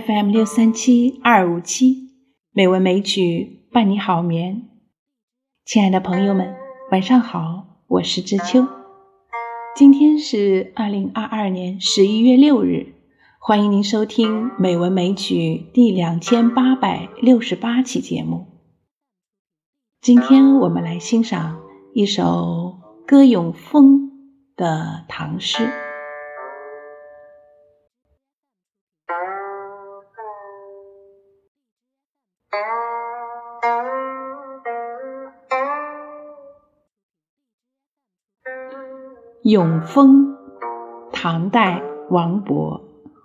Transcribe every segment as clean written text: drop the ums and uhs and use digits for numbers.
FM637257，美文美曲伴你好眠。亲爱的朋友们，晚上好，我是知秋。今天是2022年11月6日，欢迎您收听美文美曲第2868期节目。今天我们来欣赏一首歌咏风的唐诗。咏风，唐代王勃。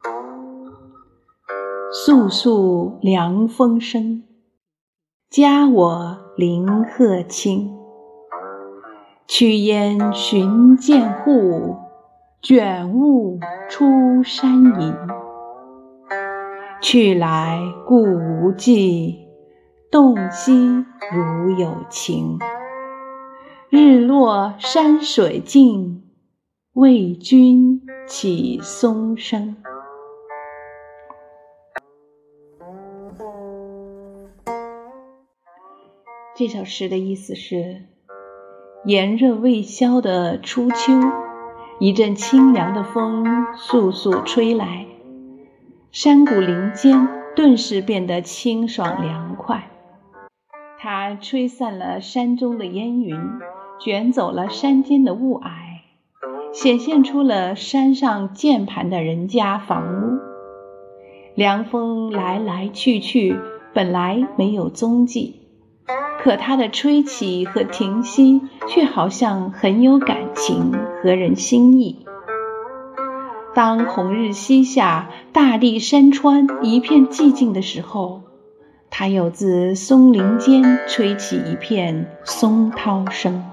肃肃凉风生，家我林鹤清。去烟寻涧户，卷雾出山隐。去来故无迹，洞悉如有情。日落山水尽，为君起松声。这首诗的意思是，炎热未消的初秋，一阵清凉的风簌簌吹来，山谷林间顿时变得清爽凉快。它吹散了山中的烟云，卷走了山间的雾霭，显现出了山上建盘的人家房屋。凉风来来去去，本来没有踪迹，可它的吹起和停息却好像很有感情，合人心意。当红日西下，大地山川一片寂静的时候，它又自松林间吹起一片松涛声。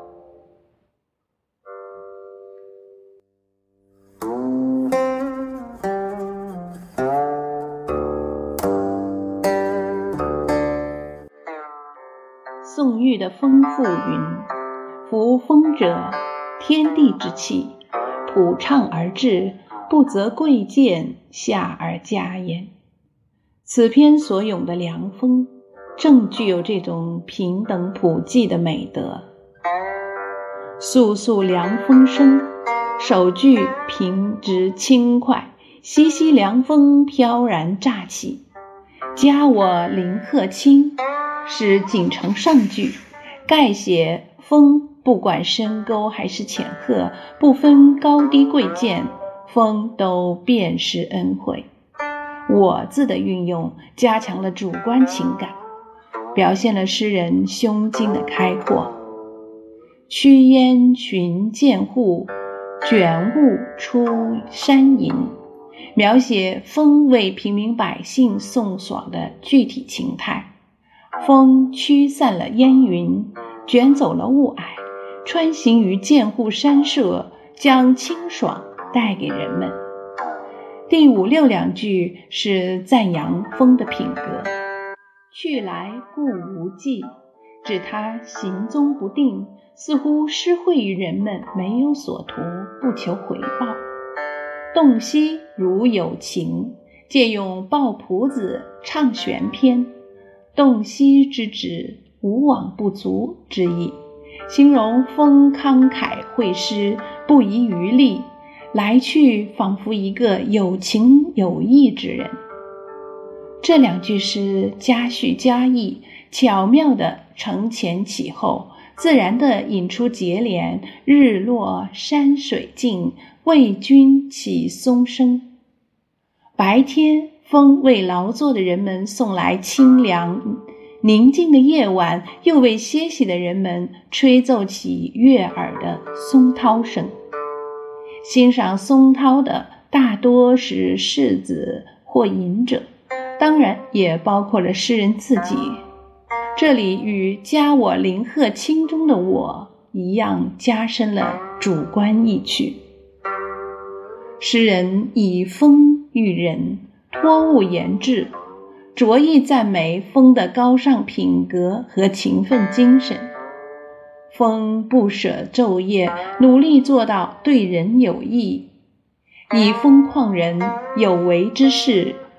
宋玉的风赋云：夫风者，天地之气，普畅而至，不择贵贱，下而加焉。此篇所咏的凉风，正具有这种平等普济的美德。肃肃凉风生，首句平直轻快，习习凉风飘然乍起。家我林鹤清，是锦城上句，概写风不管深沟还是浅壑，不分高低贵贱，风都遍施恩惠。我字的运用加强了主观情感，表现了诗人胸襟的开阔。驱烟寻涧户，卷雾出山隐，描写风为平民百姓送爽的具体情态。风驱散了烟云，卷走了雾霭，穿行于涧户山舍，将清爽带给人们。第五六两句是赞扬风的品格。去来故无迹，指他行踪不定，似乎施惠于人们，没有所图，不求回报。洞悉如有情，借用抱朴子唱玄篇，洞悉之指无往不足之意，形容风慷慨惠施，不遗余力，来去仿佛一个有情有义之人。这两句诗加叙加意，巧妙地承前启后，自然地引出节联：日落山水尽，为君起松声。白天风为劳作的人们送来清凉，宁静的夜晚又为歇息的人们吹奏起悦耳的松涛声。欣赏松涛的大多是士子或隐者，当然也包括了诗人自己。这里与家我林鹤清中的我一样，加深了主观意趣。诗人以风喻人，托物言志，着意赞美风的高尚品格和勤奋精神。风不舍昼夜，努力做到对人有益，以风旷人，有为之事，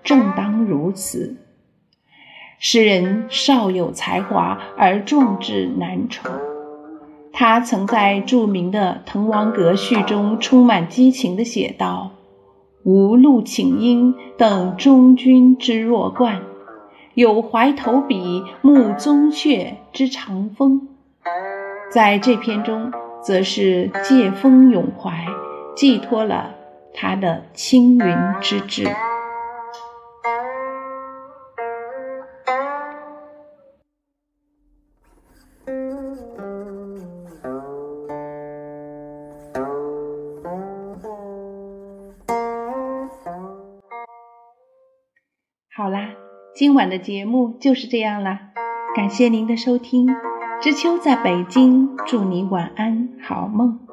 正当如此。诗人少有才华而壮志难酬，他曾在著名的《滕王阁序》中充满激情地写道：无陆请缨等中军之弱冠，有怀头笔目宗悫之长风。在这篇中，则是借风咏怀，寄托了他的青云之志。好啦，今晚的节目就是这样啦，感谢您的收听。知秋在北京，祝你晚安，好梦。